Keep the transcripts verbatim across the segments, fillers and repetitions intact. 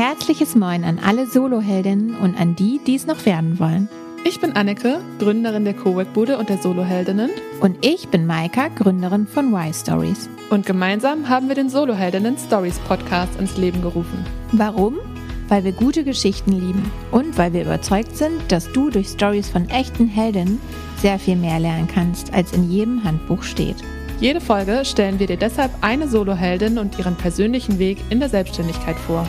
herzliches Moin an alle Soloheldinnen und an die, die es noch werden wollen. Ich bin Anneke, Gründerin der Cowork-Bude und der Soloheldinnen. Und ich bin Maika, Gründerin von Y-Stories. Und gemeinsam haben wir den Soloheldinnen Stories Podcast ins Leben gerufen. Warum? Weil wir gute Geschichten lieben und weil wir überzeugt sind, dass du durch Stories von echten Heldinnen sehr viel mehr lernen kannst, als in jedem Handbuch steht. Jede Folge stellen wir dir deshalb eine Soloheldin und ihren persönlichen Weg in der Selbstständigkeit vor.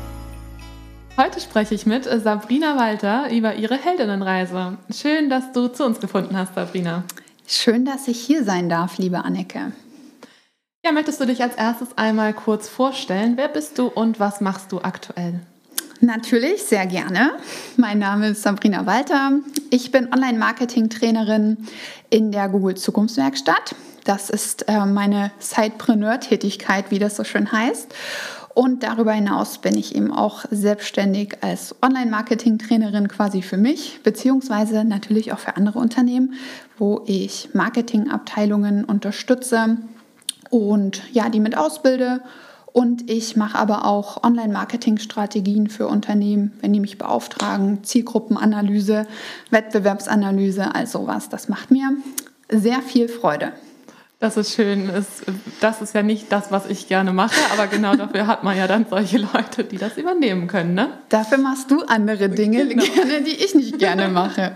Heute spreche ich mit Sabrina Walter über ihre Heldinnenreise. Schön, dass du zu uns gefunden hast, Sabrina. Schön, dass ich hier sein darf, liebe Anneke. Ja, möchtest du dich als erstes einmal kurz vorstellen? Wer bist du und was machst du aktuell? Natürlich, sehr gerne. Mein Name ist Sabrina Walter. Ich bin Online-Marketing-Trainerin in der Google Zukunftswerkstatt. Das ist äh, meine Sidepreneur-Tätigkeit, wie das so schön heißt. Und darüber hinaus bin ich eben auch selbstständig als Online-Marketing-Trainerin quasi für mich, beziehungsweise natürlich auch für andere Unternehmen, wo ich Marketingabteilungen unterstütze und ja, die mit ausbilde. Und ich mache aber auch Online-Marketing-Strategien für Unternehmen, wenn die mich beauftragen, Zielgruppenanalyse, Wettbewerbsanalyse, all sowas. Das macht mir sehr viel Freude. Das ist schön. Das ist ja nicht das, was ich gerne mache, aber genau dafür hat man ja dann solche Leute, die das übernehmen können, ne? Dafür machst du andere Dinge genau. gerne, die ich nicht gerne mache.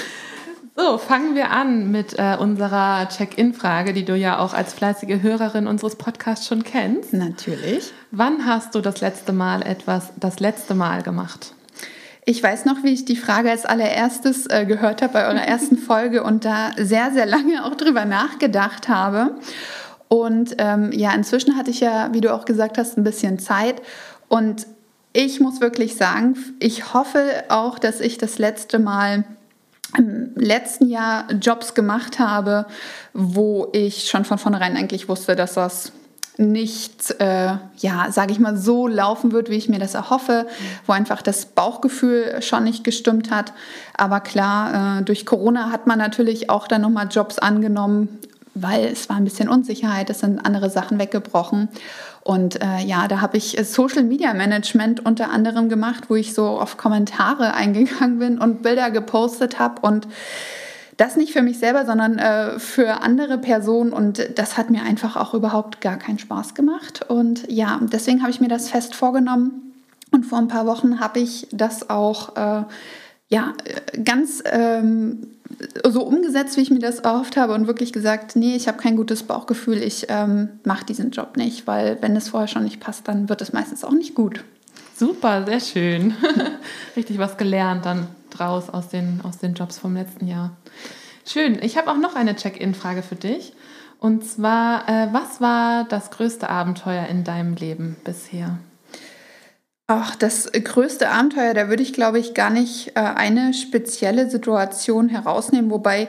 So, fangen wir an mit äh, unserer Check-in-Frage, die du ja auch als fleißige Hörerin unseres Podcasts schon kennst. Natürlich. Wann hast du das letzte Mal etwas das letzte Mal gemacht? Ich weiß noch, wie ich die Frage als allererstes äh, gehört habe bei eurer ersten Folge und da sehr, sehr lange auch drüber nachgedacht habe. Und ähm, ja, inzwischen hatte ich ja, wie du auch gesagt hast, ein bisschen Zeit. Und ich muss wirklich sagen, ich hoffe auch, dass ich das letzte Mal im letzten Jahr Jobs gemacht habe, wo ich schon von vornherein eigentlich wusste, dass das nicht, äh, ja, sage ich mal, so laufen wird, wie ich mir das erhoffe, wo einfach das Bauchgefühl schon nicht gestimmt hat. Aber klar, äh, durch Corona hat man natürlich auch dann nochmal Jobs angenommen, weil es war ein bisschen Unsicherheit, es sind andere Sachen weggebrochen. Und äh, ja, da habe ich Social Media Management unter anderem gemacht, wo ich so auf Kommentare eingegangen bin und Bilder gepostet habe und das nicht für mich selber, sondern äh, für andere Personen und das hat mir einfach auch überhaupt gar keinen Spaß gemacht und ja, deswegen habe ich mir das fest vorgenommen und vor ein paar Wochen habe ich das auch äh, ja, ganz ähm, so umgesetzt, wie ich mir das erhofft habe und wirklich gesagt, nee, ich habe kein gutes Bauchgefühl, ich ähm, mache diesen Job nicht, weil wenn es vorher schon nicht passt, dann wird es meistens auch nicht gut. Super, sehr schön. Richtig was gelernt dann draus aus den, aus den Jobs vom letzten Jahr. Schön. Ich habe auch noch eine Check-in-Frage für dich. Und zwar, äh, was war das größte Abenteuer in deinem Leben bisher? Ach, das größte Abenteuer, da würde ich, glaube ich, gar nicht äh, eine spezielle Situation herausnehmen, wobei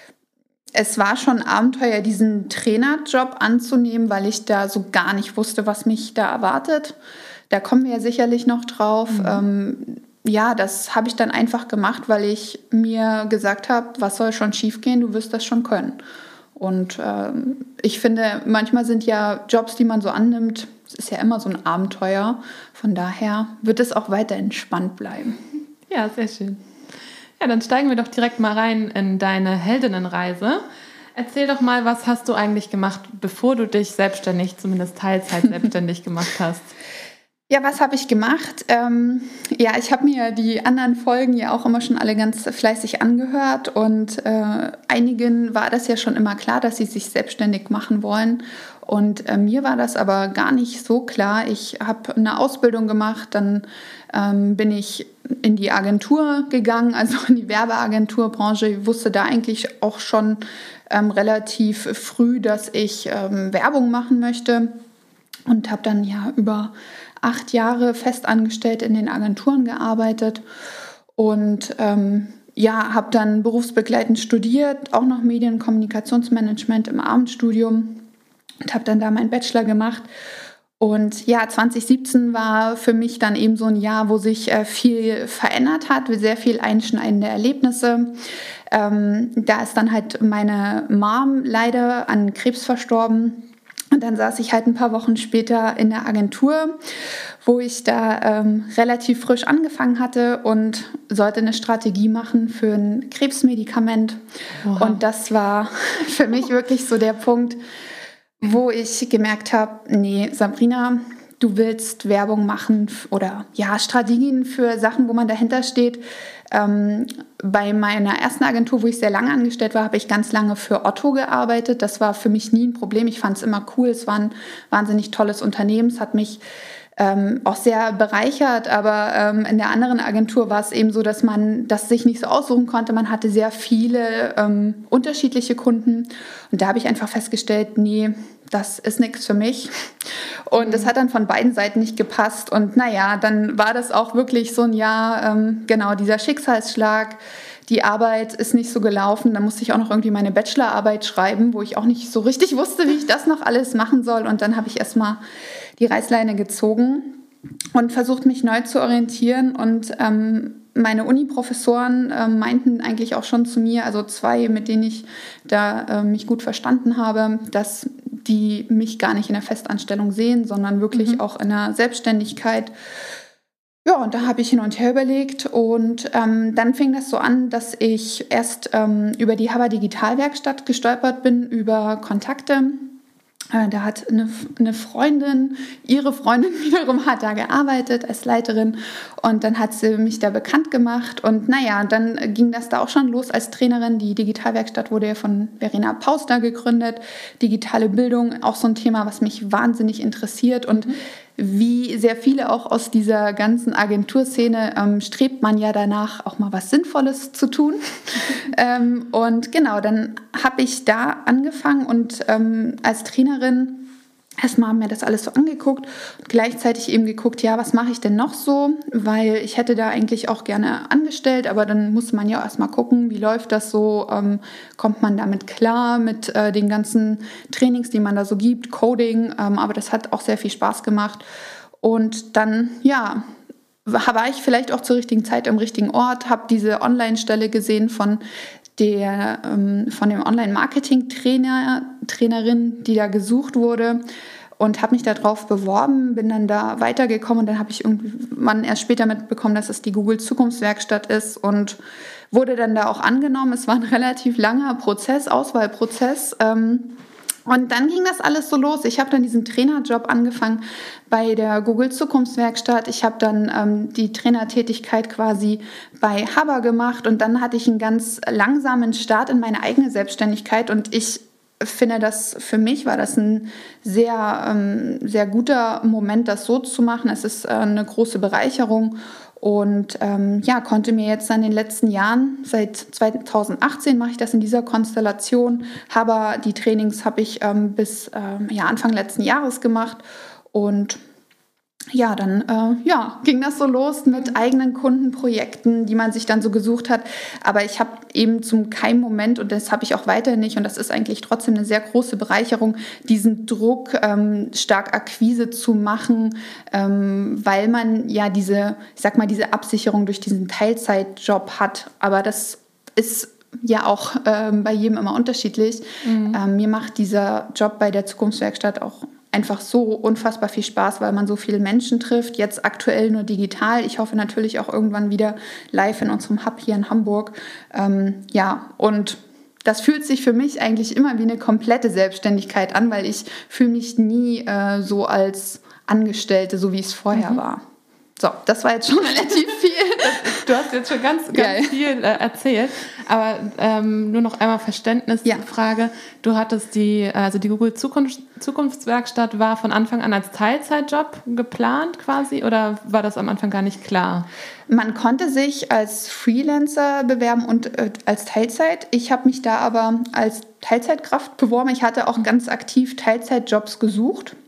es war schon ein Abenteuer, diesen Trainerjob anzunehmen, weil ich da so gar nicht wusste, was mich da erwartet. Da kommen wir ja sicherlich noch drauf. Mhm. Ähm, ja, das habe ich dann einfach gemacht, weil ich mir gesagt habe, was soll schon schiefgehen, du wirst das schon können. Und ähm, ich finde, manchmal sind ja Jobs, die man so annimmt, es ist ja immer so ein Abenteuer. Von daher wird es auch weiter entspannt bleiben. Ja, sehr schön. Ja, dann steigen wir doch direkt mal rein in deine Heldinnenreise. Erzähl doch mal, was hast du eigentlich gemacht, bevor du dich selbstständig, zumindest Teilzeit selbstständig gemacht hast? Ja, was habe ich gemacht? Ähm, ja, ich habe mir die anderen Folgen ja auch immer schon alle ganz fleißig angehört und äh, einigen war das ja schon immer klar, dass sie sich selbstständig machen wollen und äh, mir war das aber gar nicht so klar. Ich habe eine Ausbildung gemacht, dann ähm, bin ich in die Agentur gegangen, also in die Werbeagenturbranche. Ich wusste da eigentlich auch schon ähm, relativ früh, dass ich ähm, Werbung machen möchte und habe dann ja über acht Jahre festangestellt in den Agenturen gearbeitet und ähm, ja, habe dann berufsbegleitend studiert, auch noch Medien- und Kommunikationsmanagement im Abendstudium und habe dann da meinen Bachelor gemacht. Und ja, zwanzig siebzehn war für mich dann eben so ein Jahr, wo sich äh, viel verändert hat, sehr viel einschneidende Erlebnisse. Ähm, da ist dann halt meine Mom leider an Krebs verstorben. Und dann saß ich halt ein paar Wochen später in der Agentur, wo ich da ähm, relativ frisch angefangen hatte und sollte eine Strategie machen für ein Krebsmedikament. Wow. Und das war für mich wirklich so der Punkt, wo ich gemerkt habe, nee, Sabrina, du willst Werbung machen oder ja, Strategien für Sachen, wo man dahinter steht. Ähm, bei meiner ersten Agentur, wo ich sehr lange angestellt war, habe ich ganz lange für Otto gearbeitet. Das war für mich nie ein Problem. Ich fand es immer cool. Es war ein wahnsinnig tolles Unternehmen. Es hat mich ähm, auch sehr bereichert. Aber ähm, in der anderen Agentur war es eben so, dass man das sich nicht so aussuchen konnte. Man hatte sehr viele ähm, unterschiedliche Kunden. Und da habe ich einfach festgestellt, nee, das ist nichts für mich. Und das hat dann von beiden Seiten nicht gepasst. Und naja, dann war das auch wirklich so ein Jahr, ähm, genau, dieser Schicksalsschlag. Die Arbeit ist nicht so gelaufen. Dann musste ich auch noch irgendwie meine Bachelorarbeit schreiben, wo ich auch nicht so richtig wusste, wie ich das noch alles machen soll. Und dann habe ich erstmal die Reißleine gezogen und versucht, mich neu zu orientieren. Und ähm, meine Uni-Professoren äh, meinten eigentlich auch schon zu mir, also zwei, mit denen ich da äh, mich gut verstanden habe, dass die mich gar nicht in der Festanstellung sehen, sondern wirklich mhm. auch in der Selbstständigkeit. Ja, und da habe ich hin und her überlegt und ähm, dann fing das so an, dass ich erst ähm, über die Haber Digitalwerkstatt gestolpert bin, über Kontakte. Äh, da hat eine, eine Freundin, ihre Freundin wiederum hat da gearbeitet als Leiterin und dann hat sie mich da bekannt gemacht und naja, dann ging das da auch schon los als Trainerin. Die Digitalwerkstatt wurde ja von Verena Pauster gegründet. Digitale Bildung, auch so ein Thema, was mich wahnsinnig interessiert und mhm. wie sehr viele auch aus dieser ganzen Agenturszene ähm, strebt man ja danach, auch mal was Sinnvolles zu tun. ähm, und genau, dann habe ich da angefangen und ähm, als Trainerin erstmal haben mir das alles so angeguckt und gleichzeitig eben geguckt, ja, was mache ich denn noch so? Weil ich hätte da eigentlich auch gerne angestellt, aber dann muss man ja erstmal gucken, wie läuft das so? Ähm, kommt man damit klar mit äh, den ganzen Trainings, die man da so gibt, Coding? Ähm, aber das hat auch sehr viel Spaß gemacht. Und dann, ja, war ich vielleicht auch zur richtigen Zeit am richtigen Ort, habe diese Online-Stelle gesehen von der ähm, von dem Online-Marketing-Trainer, Trainerin, die da gesucht wurde und habe mich darauf beworben, bin dann da weitergekommen und dann habe ich irgendwann erst später mitbekommen, dass es die Google Zukunftswerkstatt ist und wurde dann da auch angenommen. Es war ein relativ langer Prozess, Auswahlprozess. Ähm, Und dann ging das alles so los. Ich habe dann diesen Trainerjob angefangen bei der Google Zukunftswerkstatt. Ich habe dann ähm, die Trainertätigkeit quasi bei Haber gemacht und dann hatte ich einen ganz langsamen Start in meine eigene Selbstständigkeit und ich finde, das für mich war das ein sehr, ähm, sehr guter Moment, das so zu machen. Es ist äh, eine große Bereicherung. Und ähm, ja, konnte mir jetzt in den letzten Jahren, seit zweitausendachtzehn mache ich das in dieser Konstellation, aber die Trainings habe ich ähm, bis ähm, ja, Anfang letzten Jahres gemacht und ja, dann äh, ja, ging das so los mit eigenen Kundenprojekten, die man sich dann so gesucht hat. Aber ich habe eben zum keinem Moment, und das habe ich auch weiter nicht, und das ist eigentlich trotzdem eine sehr große Bereicherung, diesen Druck, ähm, stark Akquise zu machen, ähm, weil man ja diese, ich sag mal, diese Absicherung durch diesen Teilzeitjob hat. Aber das ist ja auch ähm, bei jedem immer unterschiedlich. Mhm. Ähm, mir macht dieser Job bei der Zukunftswerkstatt auch einfach so unfassbar viel Spaß, weil man so viele Menschen trifft. Jetzt aktuell nur digital. Ich hoffe natürlich auch irgendwann wieder live in unserem Hub hier in Hamburg. Ähm, ja, und das fühlt sich für mich eigentlich immer wie eine komplette Selbstständigkeit an, weil ich fühle mich nie äh, so als Angestellte, so wie es vorher mhm. war. So, das war jetzt schon relativ viel. Du hast jetzt schon ganz, ganz ja, viel äh, erzählt, aber ähm, nur noch einmal Verständnisfrage. Ja. Du hattest die, also die Google Zukunft, Zukunftswerkstatt war von Anfang an als Teilzeitjob geplant quasi oder war das am Anfang gar nicht klar? Man konnte sich als Freelancer bewerben und äh, als Teilzeit. Ich habe mich da aber als Teilzeitkraft beworben. Ich hatte auch ganz aktiv Teilzeitjobs gesucht.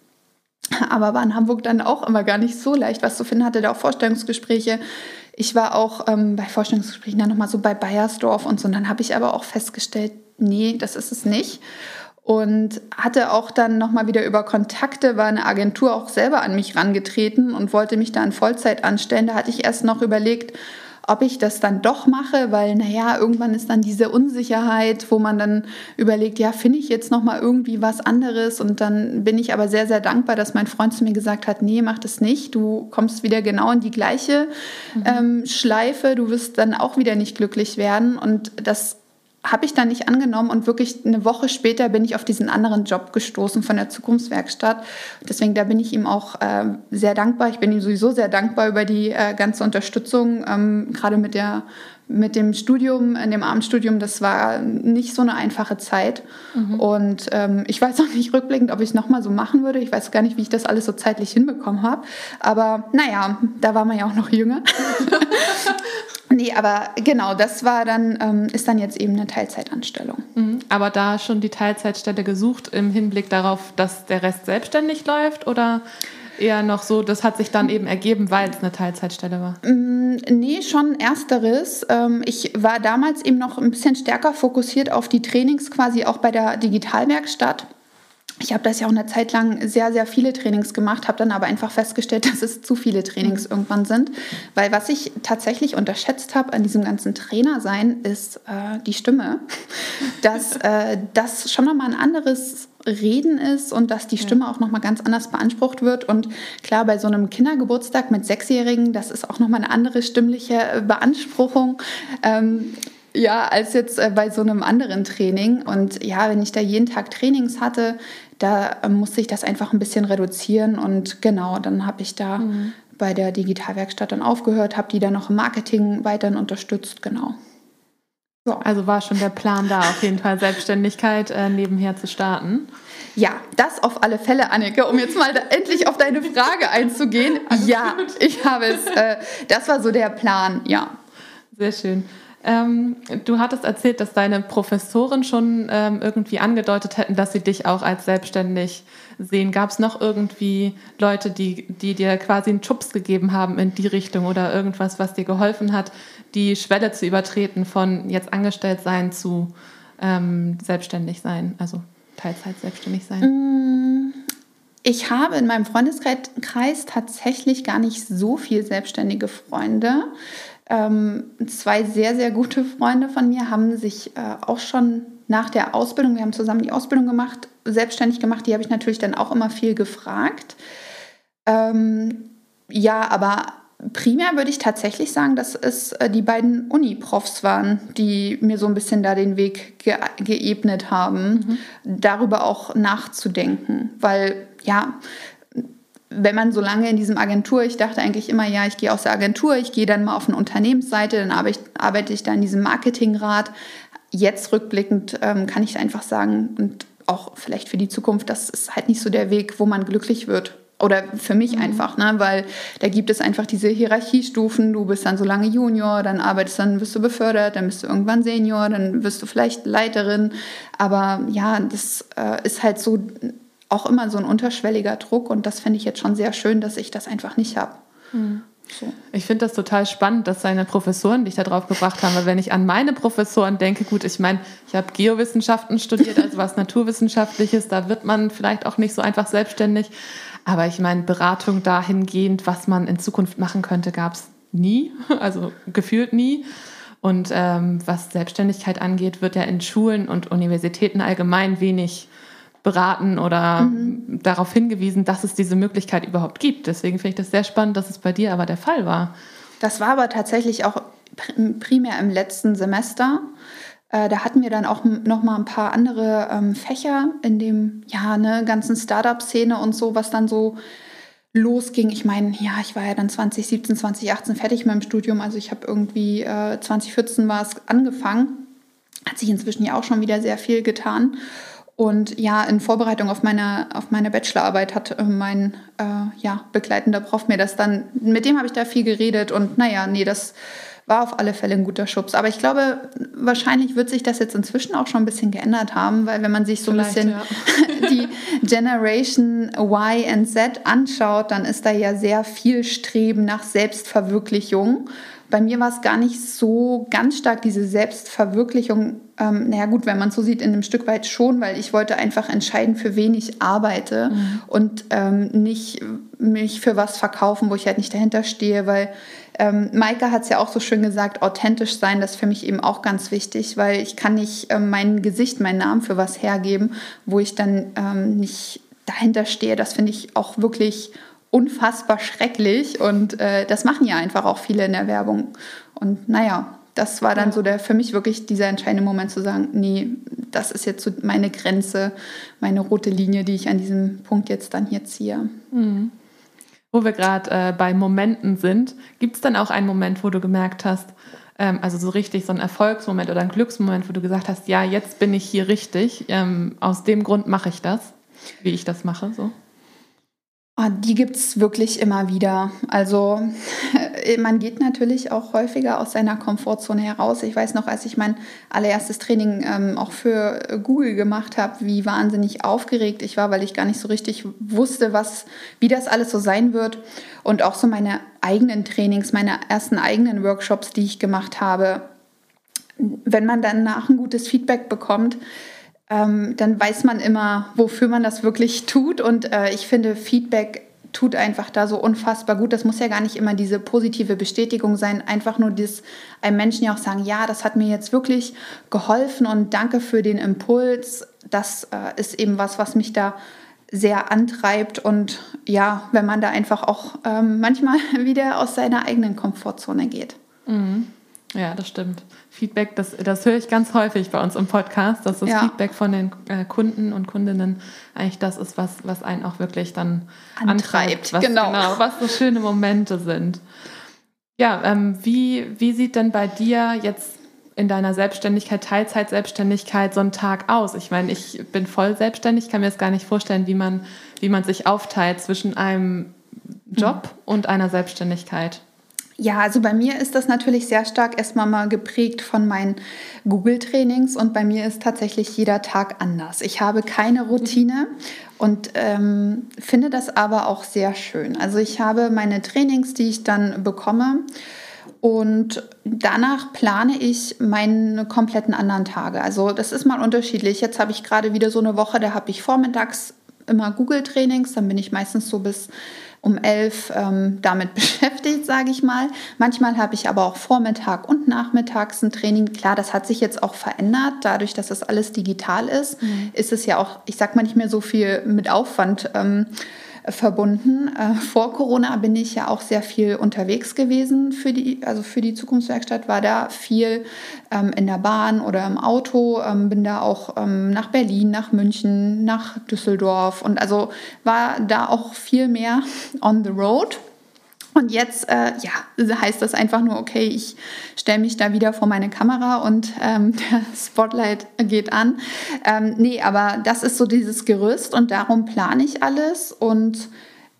Aber war in Hamburg dann auch immer gar nicht so leicht, was zu finden. Hatte da auch Vorstellungsgespräche. Ich war auch ähm, bei Vorstellungsgesprächen dann nochmal so bei Bayersdorf und so. Und dann habe ich aber auch festgestellt, nee, das ist es nicht. Und hatte auch dann nochmal wieder über Kontakte, war eine Agentur auch selber an mich rangetreten und wollte mich da in Vollzeit anstellen. Da hatte ich erst noch überlegt, ob ich das dann doch mache, weil, naja, irgendwann ist dann diese Unsicherheit, wo man dann überlegt, ja, finde ich jetzt nochmal irgendwie was anderes? Und dann bin ich aber sehr, sehr dankbar, dass mein Freund zu mir gesagt hat, nee, mach das nicht. Du kommst wieder genau in die gleiche mhm. ähm, Schleife. Du wirst dann auch wieder nicht glücklich werden. Und das habe ich dann nicht angenommen und wirklich eine Woche später bin ich auf diesen anderen Job gestoßen von der Zukunftswerkstatt. Deswegen, da bin ich ihm auch äh, sehr dankbar. Ich bin ihm sowieso sehr dankbar über die äh, ganze Unterstützung, ähm, gerade mit der mit dem Studium, in dem Abendstudium, das war nicht so eine einfache Zeit. Mhm. Und ähm, ich weiß auch nicht rückblickend, ob ich es nochmal so machen würde. Ich weiß gar nicht, wie ich das alles so zeitlich hinbekommen habe. Aber naja, da war man ja auch noch jünger. Nee, aber genau, das war dann, ähm, ist dann jetzt eben eine Teilzeitanstellung. Mhm. Aber da schon die Teilzeitstelle gesucht im Hinblick darauf, dass der Rest selbstständig läuft oder eher noch so, das hat sich dann eben ergeben, weil es eine Teilzeitstelle war? Mm, nee, schon ersteres. Ähm, ich war damals eben noch ein bisschen stärker fokussiert auf die Trainings quasi auch bei der Digitalwerkstatt. Ich habe das ja auch eine Zeit lang sehr, sehr viele Trainings gemacht, habe dann aber einfach festgestellt, dass es zu viele Trainings mhm. irgendwann sind. Weil was ich tatsächlich unterschätzt habe an diesem ganzen Trainersein, ist äh, die Stimme. Dass äh, das schon nochmal ein anderes Reden ist und dass die Stimme ja. auch nochmal ganz anders beansprucht wird. Und klar, bei so einem Kindergeburtstag mit Sechsjährigen, das ist auch nochmal eine andere stimmliche Beanspruchung. Ähm, Ja, als jetzt äh, bei so einem anderen Training. Und ja, wenn ich da jeden Tag Trainings hatte, da äh, musste ich das einfach ein bisschen reduzieren. Und genau, dann habe ich da mhm. bei der Digitalwerkstatt dann aufgehört, habe die dann noch im Marketing weiterhin unterstützt, genau. So. Also war schon der Plan da, auf jeden Fall Selbstständigkeit äh, nebenher zu starten. Ja, das auf alle Fälle, Anneke, um jetzt mal da endlich auf deine Frage einzugehen. Alles ja, gut. Ich habe es, äh, das war so der Plan, ja. Sehr schön. Ähm, du hattest erzählt, dass deine Professoren schon ähm, irgendwie angedeutet hätten, dass sie dich auch als selbstständig sehen. Gab es noch irgendwie Leute, die, die dir quasi einen Schubs gegeben haben in die Richtung oder irgendwas, was dir geholfen hat, die Schwelle zu übertreten von jetzt angestellt sein zu ähm, selbstständig sein, also Teilzeit selbstständig sein? Ich habe in meinem Freundeskreis tatsächlich gar nicht so viel selbstständige Freunde. Ähm, zwei sehr, sehr gute Freunde von mir haben sich äh, auch schon nach der Ausbildung, wir haben zusammen die Ausbildung gemacht, selbstständig gemacht. Die habe ich natürlich dann auch immer viel gefragt. Ähm, ja, aber primär würde ich tatsächlich sagen, dass es äh, die beiden Uni-Profs waren, die mir so ein bisschen da den Weg ge- geebnet haben, mhm. darüber auch nachzudenken. Weil, ja, wenn man so lange in diesem Agentur, ich dachte eigentlich immer, ja, ich gehe aus der Agentur, ich gehe dann mal auf eine Unternehmensseite, dann arbeite ich, arbeite ich da in diesem Marketingrat. Jetzt rückblickend ähm, kann ich einfach sagen, und auch vielleicht für die Zukunft, das ist halt nicht so der Weg, wo man glücklich wird. Oder für mich mhm. einfach, ne? Weil da gibt es einfach diese Hierarchiestufen. Du bist dann so lange Junior, dann arbeitest, dann wirst du befördert, dann bist du irgendwann Senior, dann wirst du vielleicht Leiterin. Aber ja, das äh, ist halt so auch immer so ein unterschwelliger Druck und das finde ich jetzt schon sehr schön, dass ich das einfach nicht habe. Mhm. So. Ich finde das total spannend, dass deine Professoren dich da drauf gebracht haben, weil wenn ich an meine Professoren denke, gut, ich meine, ich habe Geowissenschaften studiert, also was Naturwissenschaftliches, da wird man vielleicht auch nicht so einfach selbstständig, aber ich meine, Beratung dahingehend, was man in Zukunft machen könnte, gab es nie, also gefühlt nie. Und ähm, was Selbstständigkeit angeht, wird ja in Schulen und Universitäten allgemein wenig beraten oder mhm. darauf hingewiesen, dass es diese Möglichkeit überhaupt gibt. Deswegen finde ich das sehr spannend, dass es bei dir aber der Fall war. Das war aber tatsächlich auch primär im letzten Semester. Äh, da hatten wir dann auch noch mal ein paar andere ähm, Fächer in dem ja ne ganzen Startup-Szene und so, was dann so losging. Ich meine, ja, ich war ja dann zwanzig siebzehn, zwanzig achtzehn fertig mit dem Studium. Also ich habe irgendwie äh, zwanzig vierzehn war es angefangen. Hat sich inzwischen ja auch schon wieder sehr viel getan. Und ja, in Vorbereitung auf meine, auf meine Bachelorarbeit hat mein äh, ja, begleitender Prof mir das dann, mit dem habe ich da viel geredet und naja, nee, das war auf alle Fälle ein guter Schubs. Aber ich glaube, wahrscheinlich wird sich das jetzt inzwischen auch schon ein bisschen geändert haben, weil wenn man sich so Vielleicht, ein bisschen ja. die Generation Y und Z anschaut, dann ist da ja sehr viel Streben nach Selbstverwirklichung. bei mir war es gar nicht so ganz stark diese Selbstverwirklichung. Ähm, naja gut, wenn man es so sieht, in einem Stück weit schon, weil ich wollte einfach entscheiden, für wen ich arbeite mhm. und ähm, nicht mich für was verkaufen, wo ich halt nicht dahinter stehe, weil ähm, Maike hat es ja auch so schön gesagt, authentisch sein, das ist für mich eben auch ganz wichtig, weil ich kann nicht ähm, mein Gesicht, meinen Namen für was hergeben, wo ich dann ähm, nicht dahinter stehe. Das finde ich auch wirklich unfassbar schrecklich und äh, das machen ja einfach auch viele in der Werbung. Und naja, das war dann ja. so der für mich wirklich dieser entscheidende Moment zu sagen, nee, das ist jetzt so meine Grenze, meine rote Linie, die ich an diesem Punkt jetzt dann hier ziehe. Mhm. Wo wir gerade äh, bei Momenten sind, gibt es dann auch einen Moment, wo du gemerkt hast, ähm, also so richtig so ein Erfolgsmoment oder ein Glücksmoment, wo du gesagt hast, ja, jetzt bin ich hier richtig, ähm, aus dem Grund mache ich das, wie ich das mache, so? Oh, die gibt es wirklich immer wieder. Also man geht natürlich auch häufiger aus seiner Komfortzone heraus. Ich weiß noch, als ich mein allererstes Training ähm, auch für Google gemacht habe, wie wahnsinnig aufgeregt ich war, weil ich gar nicht so richtig wusste, was, wie das alles so sein wird. Und auch so meine eigenen Trainings, meine ersten eigenen Workshops, die ich gemacht habe. Wenn man danach ein gutes Feedback bekommt, Ähm, dann weiß man immer, wofür man das wirklich tut. Und äh, ich finde, Feedback tut einfach da so unfassbar gut. Das muss ja gar nicht immer diese positive Bestätigung sein. Einfach nur das, einem Menschen ja auch sagen, ja, das hat mir jetzt wirklich geholfen und danke für den Impuls. Das äh, ist eben was, was mich da sehr antreibt. Und ja, wenn man da einfach auch ähm, manchmal wieder aus seiner eigenen Komfortzone geht. Mhm. Ja, das stimmt. Feedback, das, das höre ich ganz häufig bei uns im Podcast, dass das ja. Feedback von den äh, Kunden und Kundinnen eigentlich das ist, was, was einen auch wirklich dann antreibt. Was, genau. genau. Was so schöne Momente sind. Ja, ähm, wie, wie sieht denn bei dir jetzt in deiner Selbstständigkeit, Teilzeit-Selbstständigkeit so ein Tag aus? Ich meine, ich bin voll selbstständig, kann mir jetzt gar nicht vorstellen, wie man, wie man sich aufteilt zwischen einem Job mhm. und einer Selbstständigkeit. Ja, also bei mir ist das natürlich sehr stark erstmal mal geprägt von meinen Google-Trainings und bei mir ist tatsächlich jeder Tag anders. Ich habe keine Routine und ähm, finde das aber auch sehr schön. Also ich habe meine Trainings, die ich dann bekomme und danach plane ich meine kompletten anderen Tage. Also das ist mal unterschiedlich. Jetzt habe ich gerade wieder so eine Woche, da habe ich vormittags immer Google-Trainings, dann bin ich meistens so bis um elf ähm, damit beschäftigt, sage ich mal. Manchmal habe ich aber auch Vormittag und nachmittags ein Training. Klar, das hat sich jetzt auch verändert. Dadurch, dass das alles digital ist, mhm. ist es ja auch, ich sag mal, nicht mehr so viel mit Aufwand ähm, verbunden. Äh, vor Corona bin ich ja auch sehr viel unterwegs gewesen für die, also für die Zukunftswerkstatt, war da viel ähm, in der Bahn oder im Auto, ähm, bin da auch ähm, nach Berlin, nach München, nach Düsseldorf und also war da auch viel mehr on the road. Und jetzt äh, ja, heißt das einfach nur, okay, ich stelle mich da wieder vor meine Kamera und ähm, der Spotlight geht an. Ähm, nee, aber das ist so dieses Gerüst und darum plane ich alles. Und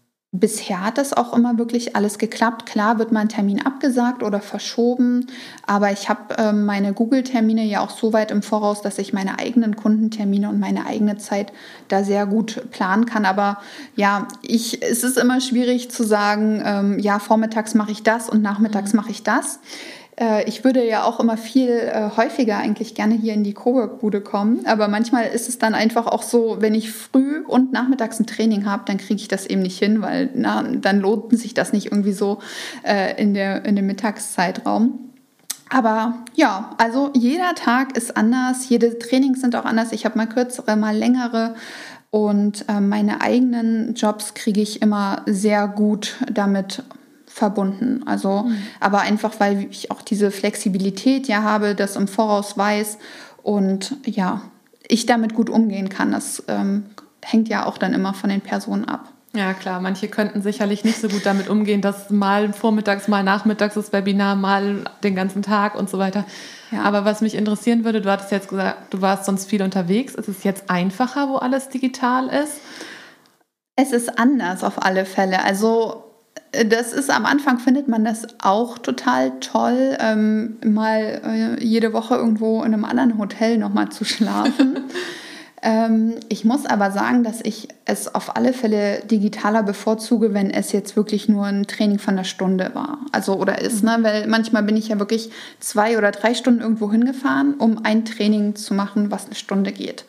bisher hat das auch immer wirklich alles geklappt. Klar wird mein Termin abgesagt oder verschoben, aber ich habe äh, meine Google-Termine ja auch so weit im Voraus, dass ich meine eigenen Kundentermine und meine eigene Zeit da sehr gut planen kann. Aber ja, ich, es ist immer schwierig zu sagen, ähm, ja, vormittags mache ich das und nachmittags mache ich das. Ich würde ja auch immer viel äh, häufiger eigentlich gerne hier in die Cowork-Bude kommen, aber manchmal ist es dann einfach auch so, wenn ich früh und nachmittags ein Training habe, dann kriege ich das eben nicht hin, weil na, dann lohnt sich das nicht irgendwie so äh, in, der, in dem Mittagszeitraum. Aber ja, also jeder Tag ist anders, jede Trainings sind auch anders. Ich habe mal kürzere, mal längere. Und äh, meine eigenen Jobs kriege ich immer sehr gut damit verbunden. Also, mhm. aber einfach, weil ich auch diese Flexibilität ja habe, das im Voraus weiß und ja, ich damit gut umgehen kann. Das ähm, hängt ja auch dann immer von den Personen ab. Ja, klar. Manche könnten sicherlich nicht so gut damit umgehen, dass mal vormittags, mal nachmittags das Webinar, mal den ganzen Tag und so weiter. Ja. Aber was mich interessieren würde, du hattest jetzt gesagt, du warst sonst viel unterwegs. Ist es jetzt einfacher, wo alles digital ist? Es ist anders auf alle Fälle. Also das ist am Anfang, findet man das auch total toll, ähm, mal äh, jede Woche irgendwo in einem anderen Hotel nochmal zu schlafen. Ähm, ich muss aber sagen, dass ich es auf alle Fälle digitaler bevorzuge, wenn es jetzt wirklich nur ein Training von einer Stunde war. Also oder ist, mhm. ne? Weil manchmal bin ich ja wirklich zwei oder drei Stunden irgendwo hingefahren, um ein Training zu machen, was eine Stunde geht.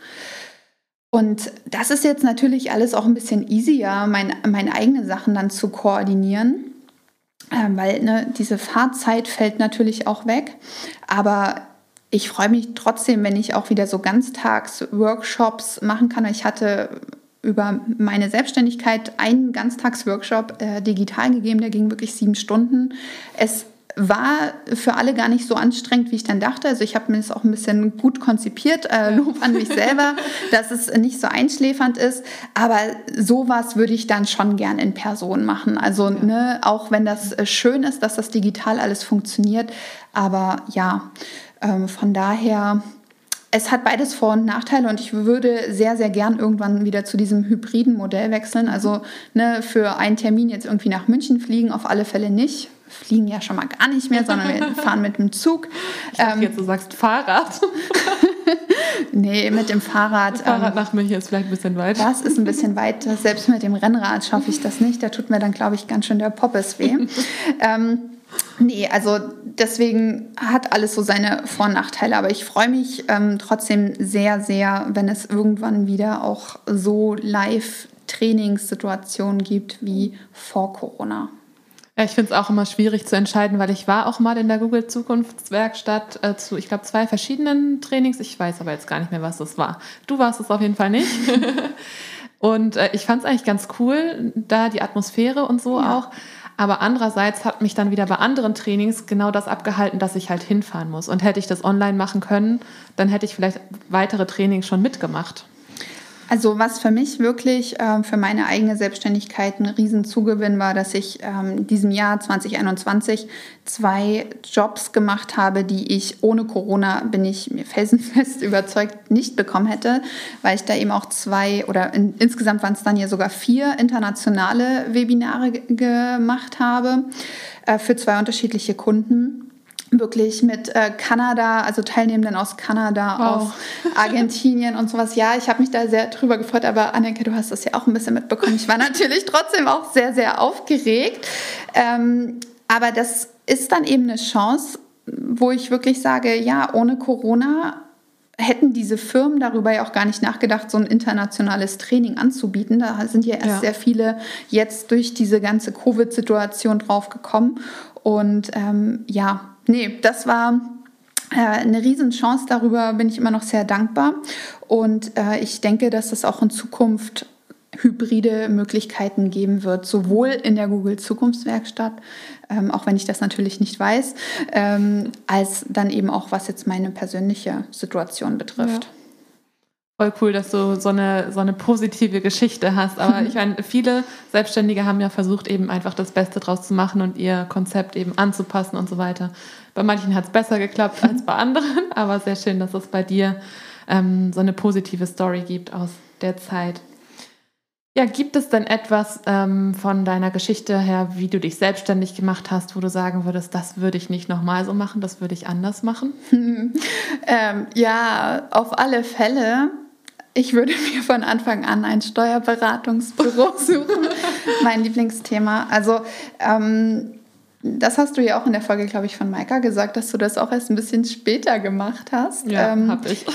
Und das ist jetzt natürlich alles auch ein bisschen easier, mein, meine eigenen Sachen dann zu koordinieren. Ähm, weil ne, diese Fahrzeit fällt natürlich auch weg. Aber ich freue mich trotzdem, wenn ich auch wieder so Ganztags-Workshops machen kann. Ich hatte über meine Selbstständigkeit einen Ganztags-Workshop äh, digital gegeben, der ging wirklich sieben Stunden. Es war für alle gar nicht so anstrengend, wie ich dann dachte. Also ich habe mir das auch ein bisschen gut konzipiert, äh, Lob an mich selber, dass es nicht so einschläfernd ist. Aber sowas würde ich dann schon gern in Person machen. Also ja. ne, auch wenn das schön ist, dass das digital alles funktioniert. Aber ja, ähm, von daher, es hat beides Vor- und Nachteile und ich würde sehr, sehr gern irgendwann wieder zu diesem hybriden Modell wechseln. Also ne, für einen Termin jetzt irgendwie nach München fliegen, auf alle Fälle nicht. Fliegen ja schon mal gar nicht mehr, sondern wir fahren mit dem Zug. Ich dachte ähm, jetzt, du sagst Fahrrad. Nee, mit dem Fahrrad. Mit Fahrrad ähm, nach München ist vielleicht ein bisschen weit. Das ist ein bisschen weit. Selbst mit dem Rennrad schaffe ich das nicht. Da tut mir dann, glaube ich, ganz schön der Poppes weh. ähm, nee, also deswegen hat alles so seine Vor- und Nachteile. Aber ich freue mich ähm, trotzdem sehr, sehr, wenn es irgendwann wieder auch so Live-Trainingssituationen gibt wie vor Corona. Ja, ich finde es auch immer schwierig zu entscheiden, weil ich war auch mal in der Google Zukunftswerkstatt äh, zu, ich glaube, zwei verschiedenen Trainings. Ich weiß aber jetzt gar nicht mehr, was das war. Du warst es auf jeden Fall nicht. Und äh, ich fand es eigentlich ganz cool, da die Atmosphäre und so ja. auch. Aber andererseits hat mich dann wieder bei anderen Trainings genau das abgehalten, dass ich halt hinfahren muss. Und hätte ich das online machen können, dann hätte ich vielleicht weitere Trainings schon mitgemacht. Also was für mich wirklich ähm, für meine eigene Selbstständigkeit ein Riesenzugewinn war, dass ich ähm, diesem Jahr zwanzig einundzwanzig zwei Jobs gemacht habe, die ich ohne Corona, bin ich mir felsenfest überzeugt, nicht bekommen hätte, weil ich da eben auch zwei oder in, insgesamt waren es dann ja sogar vier internationale Webinare g- gemacht habe äh, für zwei unterschiedliche Kunden. Wirklich mit äh, Kanada, also Teilnehmenden aus Kanada, wow. aus Argentinien und sowas. Ja, ich habe mich da sehr drüber gefreut, aber Anneke, du hast das ja auch ein bisschen mitbekommen. Ich war natürlich trotzdem auch sehr, sehr aufgeregt. Ähm, aber das ist dann eben eine Chance, wo ich wirklich sage, ja, ohne Corona hätten diese Firmen darüber ja auch gar nicht nachgedacht, so ein internationales Training anzubieten. Da sind ja erst ja. sehr viele jetzt durch diese ganze Covid-Situation drauf gekommen. Und ähm, ja, nee, das war äh, eine Riesenchance. Darüber bin ich immer noch sehr dankbar. Und äh, ich denke, dass es auch in Zukunft hybride Möglichkeiten geben wird, sowohl in der Google Zukunftswerkstatt, ähm, auch wenn ich das natürlich nicht weiß, ähm, als dann eben auch, was jetzt meine persönliche Situation betrifft. Ja. Voll cool, dass du so eine, so eine positive Geschichte hast. Aber ich meine, viele Selbstständige haben ja versucht, eben einfach das Beste draus zu machen und ihr Konzept eben anzupassen und so weiter. Bei manchen hat es besser geklappt als bei anderen, aber sehr schön, dass es bei dir ähm, so eine positive Story gibt aus der Zeit. Ja, gibt es denn etwas ähm, von deiner Geschichte her, wie du dich selbstständig gemacht hast, wo du sagen würdest, das würde ich nicht nochmal so machen, das würde ich anders machen? ähm, ja, auf alle Fälle. Ich würde mir von Anfang an ein Steuerberatungsbüro suchen. Mein Lieblingsthema. Also ähm, das hast du ja auch in der Folge, glaube ich, von Maika gesagt, dass du das auch erst ein bisschen später gemacht hast. Ja, ähm, habe ich.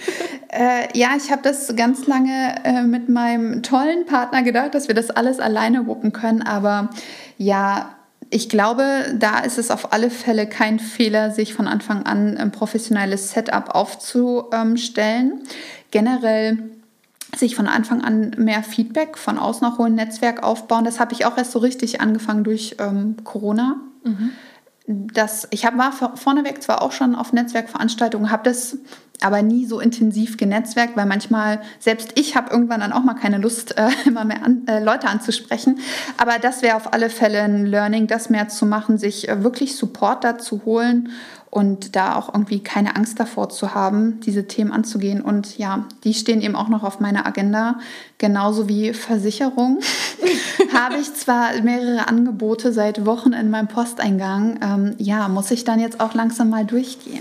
Äh, ja, ich habe das ganz lange äh, mit meinem tollen Partner gedacht, dass wir das alles alleine wuppen können. Aber ja, ich glaube, da ist es auf alle Fälle kein Fehler, sich von Anfang an ein professionelles Setup aufzustellen. Generell sich von Anfang an mehr Feedback von außen auch holen, Netzwerk aufbauen. Das habe ich auch erst so richtig angefangen durch ähm, Corona. Mhm. Das, ich hab, war vorneweg zwar auch schon auf Netzwerkveranstaltungen, habe das aber nie so intensiv genetzwerkt, weil manchmal, selbst ich habe irgendwann dann auch mal keine Lust, äh, immer mehr an, äh, Leute anzusprechen. Aber das wäre auf alle Fälle ein Learning, das mehr zu machen, sich äh, wirklich Support dazu holen und da auch irgendwie keine Angst davor zu haben, diese Themen anzugehen. Und ja, die stehen eben auch noch auf meiner Agenda, genauso wie Versicherung. Habe ich zwar mehrere Angebote seit Wochen in meinem Posteingang, ähm, ja, muss ich dann jetzt auch langsam mal durchgehen.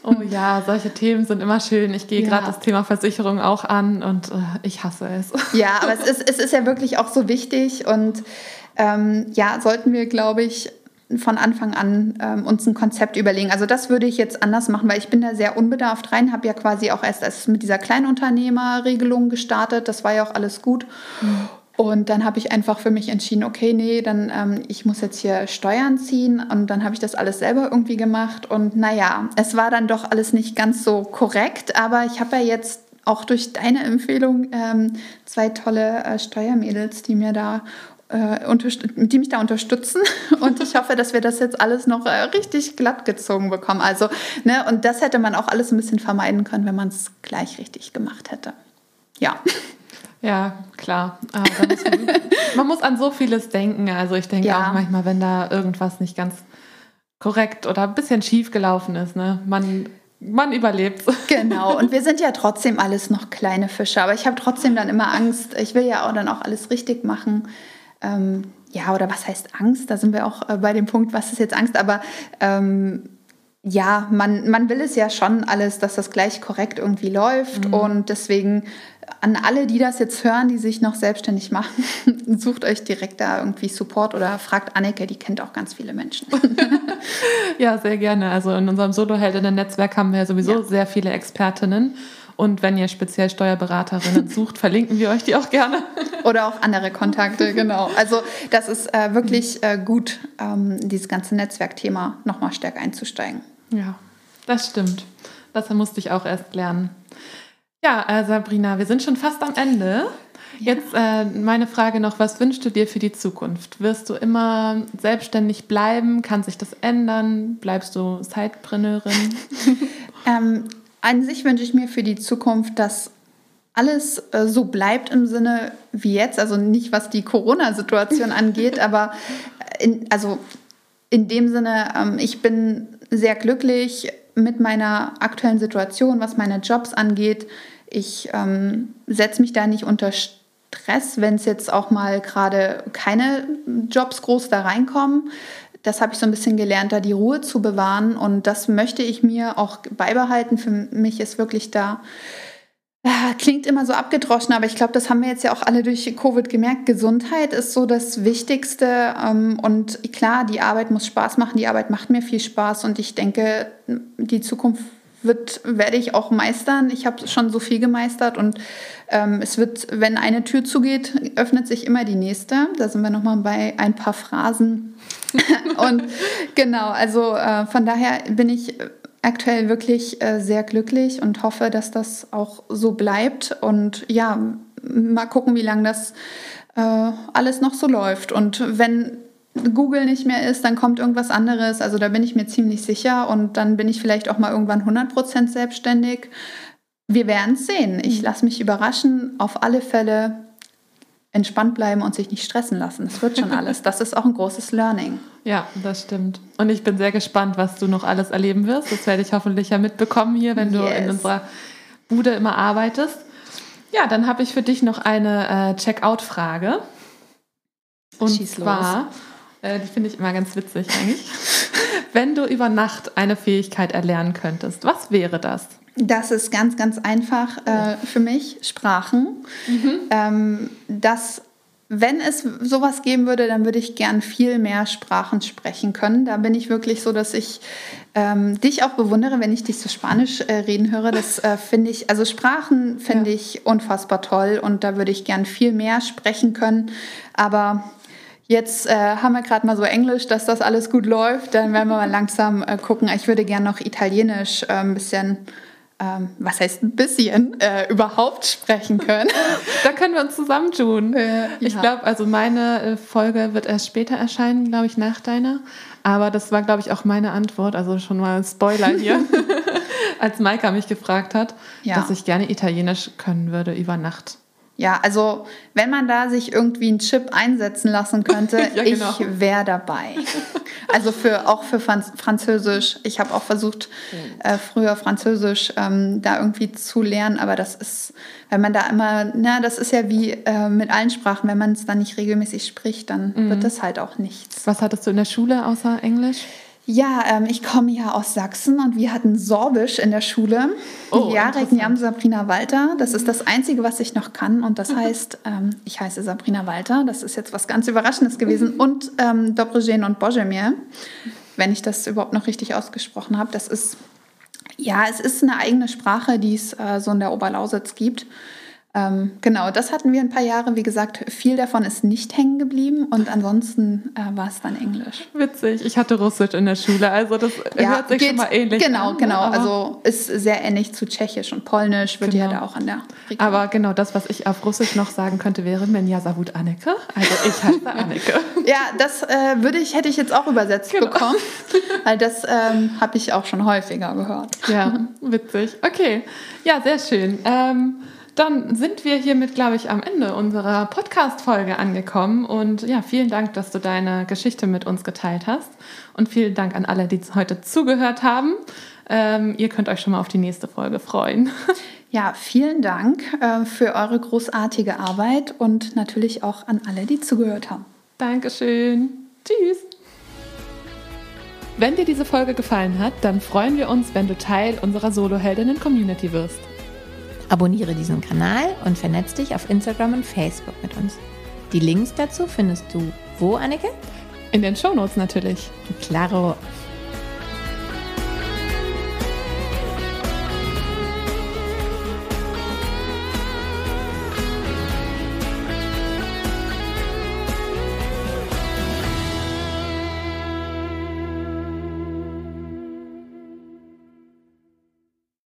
Oh ja, solche Themen sind immer schön. Ich gehe Ja. gerade das Thema Versicherung auch an und äh, ich hasse es. Ja, aber es ist, es ist ja wirklich auch so wichtig und ähm, ja, sollten wir, glaube ich, von Anfang an ähm, uns ein Konzept überlegen. Also das würde ich jetzt anders machen, weil ich bin da sehr unbedarft rein, habe ja quasi auch erst als mit dieser Kleinunternehmerregelung gestartet. Das war ja auch alles gut. Mhm. Und dann habe ich einfach für mich entschieden, okay, nee, dann ähm, ich muss jetzt hier Steuern ziehen und dann habe ich das alles selber irgendwie gemacht und naja, es war dann doch alles nicht ganz so korrekt, aber ich habe ja jetzt auch durch deine Empfehlung ähm, zwei tolle äh, Steuermädels, die mir da äh, unterst- die mich da unterstützen und ich hoffe, dass wir das jetzt alles noch äh, richtig glatt gezogen bekommen. Also, ne, und das hätte man auch alles ein bisschen vermeiden können, wenn man es gleich richtig gemacht hätte. Ja. Ja, klar. Aber da muss man, man muss an so vieles denken. Also ich denke Ja. auch manchmal, wenn da irgendwas nicht ganz korrekt oder ein bisschen schief gelaufen ist, ne, man, man überlebt es. Genau, und wir sind ja trotzdem alles noch kleine Fische, aber ich habe trotzdem dann immer Angst. Ich will ja auch dann auch alles richtig machen. Ähm, ja, oder was heißt Angst? Da sind wir auch äh, bei dem Punkt, was ist jetzt Angst? Aber ähm, ja, man, man will es ja schon alles, dass das gleich korrekt irgendwie läuft. Mhm. Und deswegen an alle, die das jetzt hören, die sich noch selbstständig machen, sucht euch direkt da irgendwie Support oder fragt Anneke, die kennt auch ganz viele Menschen. Ja, sehr gerne. Also in unserem Solo-Heldinnen-Netzwerk haben wir ja sowieso ja. sehr viele Expertinnen. Und wenn ihr speziell Steuerberaterinnen sucht, verlinken wir euch die auch gerne. Oder auch andere Kontakte, genau. Also das ist äh, wirklich äh, gut, ähm, dieses ganze Netzwerkthema nochmal stärker einzusteigen. Ja, das stimmt. Das musste ich auch erst lernen. Ja, äh, Sabrina, wir sind schon fast am Ende. Ja. Jetzt äh, meine Frage noch, was wünschst du dir für die Zukunft? Wirst du immer selbstständig bleiben? Kann sich das ändern? Bleibst du Sidepreneurin? ähm, an sich wünsche ich mir für die Zukunft, dass alles äh, so bleibt im Sinne wie jetzt. Also nicht, was die Corona-Situation angeht, aber in, also in dem Sinne, ähm, ich bin sehr glücklich mit meiner aktuellen Situation, was meine Jobs angeht. Ich ähm, setze mich da nicht unter Stress, wenn es jetzt auch mal gerade keine Jobs groß da reinkommen. Das habe ich so ein bisschen gelernt, da die Ruhe zu bewahren. Und das möchte ich mir auch beibehalten. Für mich ist wirklich da, ja, klingt immer so abgedroschen, aber ich glaube, das haben wir jetzt ja auch alle durch Covid gemerkt. Gesundheit ist so das Wichtigste. Und klar, die Arbeit muss Spaß machen. Die Arbeit macht mir viel Spaß. Und ich denke, die Zukunft wird, werde ich auch meistern. Ich habe schon so viel gemeistert. Und ähm, es wird, wenn eine Tür zugeht, öffnet sich immer die nächste. Da sind wir nochmal bei ein paar Phrasen. Und genau, also äh, von daher bin ich aktuell wirklich äh, sehr glücklich und hoffe, dass das auch so bleibt. Und ja, mal gucken, wie lange das äh, alles noch so läuft. Und wenn Google nicht mehr ist, dann kommt irgendwas anderes. Also da bin ich mir ziemlich sicher. Und dann bin ich vielleicht auch mal irgendwann hundert Prozent selbstständig. Wir werden es sehen. Ich lasse mich überraschen. Auf alle Fälle entspannt bleiben und sich nicht stressen lassen. Das wird schon alles. Das ist auch ein großes Learning. Ja, das stimmt. Und ich bin sehr gespannt, was du noch alles erleben wirst. Das werde ich hoffentlich ja mitbekommen hier, wenn yes. du in unserer Bude immer arbeitest. Ja, dann habe ich für dich noch eine äh, Check-out-Frage. Und Schieß zwar, äh, die finde ich immer ganz witzig eigentlich. Wenn du über Nacht eine Fähigkeit erlernen könntest, was wäre das? Das ist ganz, ganz einfach äh, für mich, Sprachen. Mhm. Ähm, das, wenn es sowas geben würde, dann würde ich gern viel mehr Sprachen sprechen können. Da bin ich wirklich so, dass ich ähm, dich auch bewundere, wenn ich dich so Spanisch äh, reden höre. Das äh, finde ich, also Sprachen finde ja. ich unfassbar toll und da würde ich gern viel mehr sprechen können. Aber jetzt äh, haben wir gerade mal so Englisch, dass das alles gut läuft. Dann werden wir mal langsam äh, gucken. Ich würde gern noch Italienisch äh, ein bisschen... Ähm, was heißt ein bisschen, äh, überhaupt sprechen können. Da können wir uns zusammentun. Äh, ja. Ich glaube, also meine Folge wird erst später erscheinen, glaube ich, nach deiner. Aber das war, glaube ich, auch meine Antwort. Also schon mal ein Spoiler hier, als Maika mich gefragt hat, ja. dass ich gerne Italienisch können würde über Nacht. Ja, also wenn man da sich irgendwie einen Chip einsetzen lassen könnte, ja, genau. ich wäre dabei. Also für, auch für Französisch. Ich habe auch versucht, äh, früher Französisch ähm, da irgendwie zu lernen, aber das ist, wenn man da immer, na, das ist ja wie äh, mit allen Sprachen, wenn man es dann nicht regelmäßig spricht, dann mhm. wird das halt auch nichts. Was hattest du in der Schule außer Englisch? Ja, ähm, ich komme ja aus Sachsen und wir hatten Sorbisch in der Schule. Oh, Jarek Njam Sabrina Walter. Das ist das Einzige, was ich noch kann. Und das heißt, ähm, ich heiße Sabrina Walter. Das ist jetzt was ganz Überraschendes gewesen. Und ähm, Dobrzyń und Bożemir, wenn ich das überhaupt noch richtig ausgesprochen habe. Das ist, ja, es ist eine eigene Sprache, die es äh, so in der Oberlausitz gibt. Ähm, genau, das hatten wir ein paar Jahre. Wie gesagt, viel davon ist nicht hängen geblieben und ansonsten äh, war es dann Englisch. Witzig, ich hatte Russisch in der Schule, also das ja, hört sich geht, schon mal ähnlich genau, an. Genau, genau, also ist sehr ähnlich zu Tschechisch und Polnisch, wird genau. ja da auch an der Region. Aber genau das, was ich auf Russisch noch sagen könnte, wäre Menja Savut Anneke. Also ich heiße Anneke. Ja, das äh, würde ich, hätte ich jetzt auch übersetzt genau. bekommen, weil das ähm, habe ich auch schon häufiger gehört. Ja, witzig. Okay, ja, sehr schön. Ähm, Dann sind wir hiermit, glaube ich, am Ende unserer Podcast-Folge angekommen. Und ja, vielen Dank, dass du deine Geschichte mit uns geteilt hast. Und vielen Dank an alle, die heute zugehört haben. Ähm, ihr könnt euch schon mal auf die nächste Folge freuen. Ja, vielen Dank äh, für eure großartige Arbeit und natürlich auch an alle, die zugehört haben. Dankeschön. Tschüss. Wenn dir diese Folge gefallen hat, dann freuen wir uns, wenn du Teil unserer Solo-Heldinnen-Community wirst. Abonniere diesen Kanal und vernetz dich auf Instagram und Facebook mit uns. Die Links dazu findest du wo, Anneke? In den Shownotes natürlich. Klaro.